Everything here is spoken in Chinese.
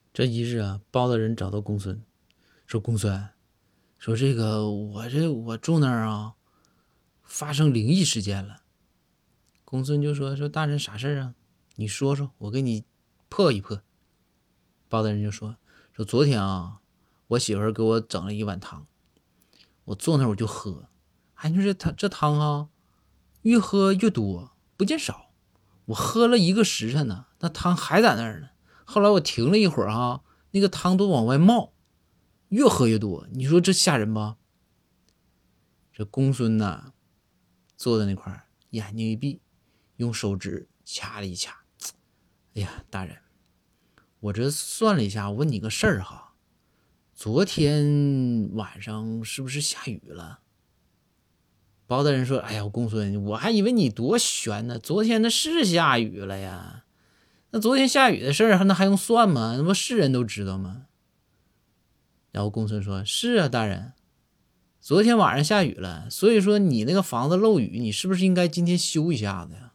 这一日啊，包大人找到公孙，说：公孙，说这个我住那儿啊，发生灵异事件了。公孙就说：大人啥事儿啊？你说说，我给你破一破。包大人就说昨天啊，我媳妇儿给我整了一碗汤，我坐那儿我就喝，哎，你说这汤啊，越喝越多，不见少。我喝了一个时辰呢，那汤还在那儿呢。后来我停了一会儿哈，那个汤都往外冒，越喝越多。你说这吓人吧？这公孙呐，坐在那块儿，眼睛一闭，用手指掐了一掐。哎呀，大人，我这算了一下，我问你个事儿哈，昨天晚上是不是下雨了？包大人说：哎呀，公孙，我还以为你多悬呢，昨天那是下雨了呀。那昨天下雨的事儿，那还用算吗？那不是人都知道吗？然后公孙说：是啊，大人，昨天晚上下雨了，所以说你那个房子漏雨，你是不是应该今天修一下子呀？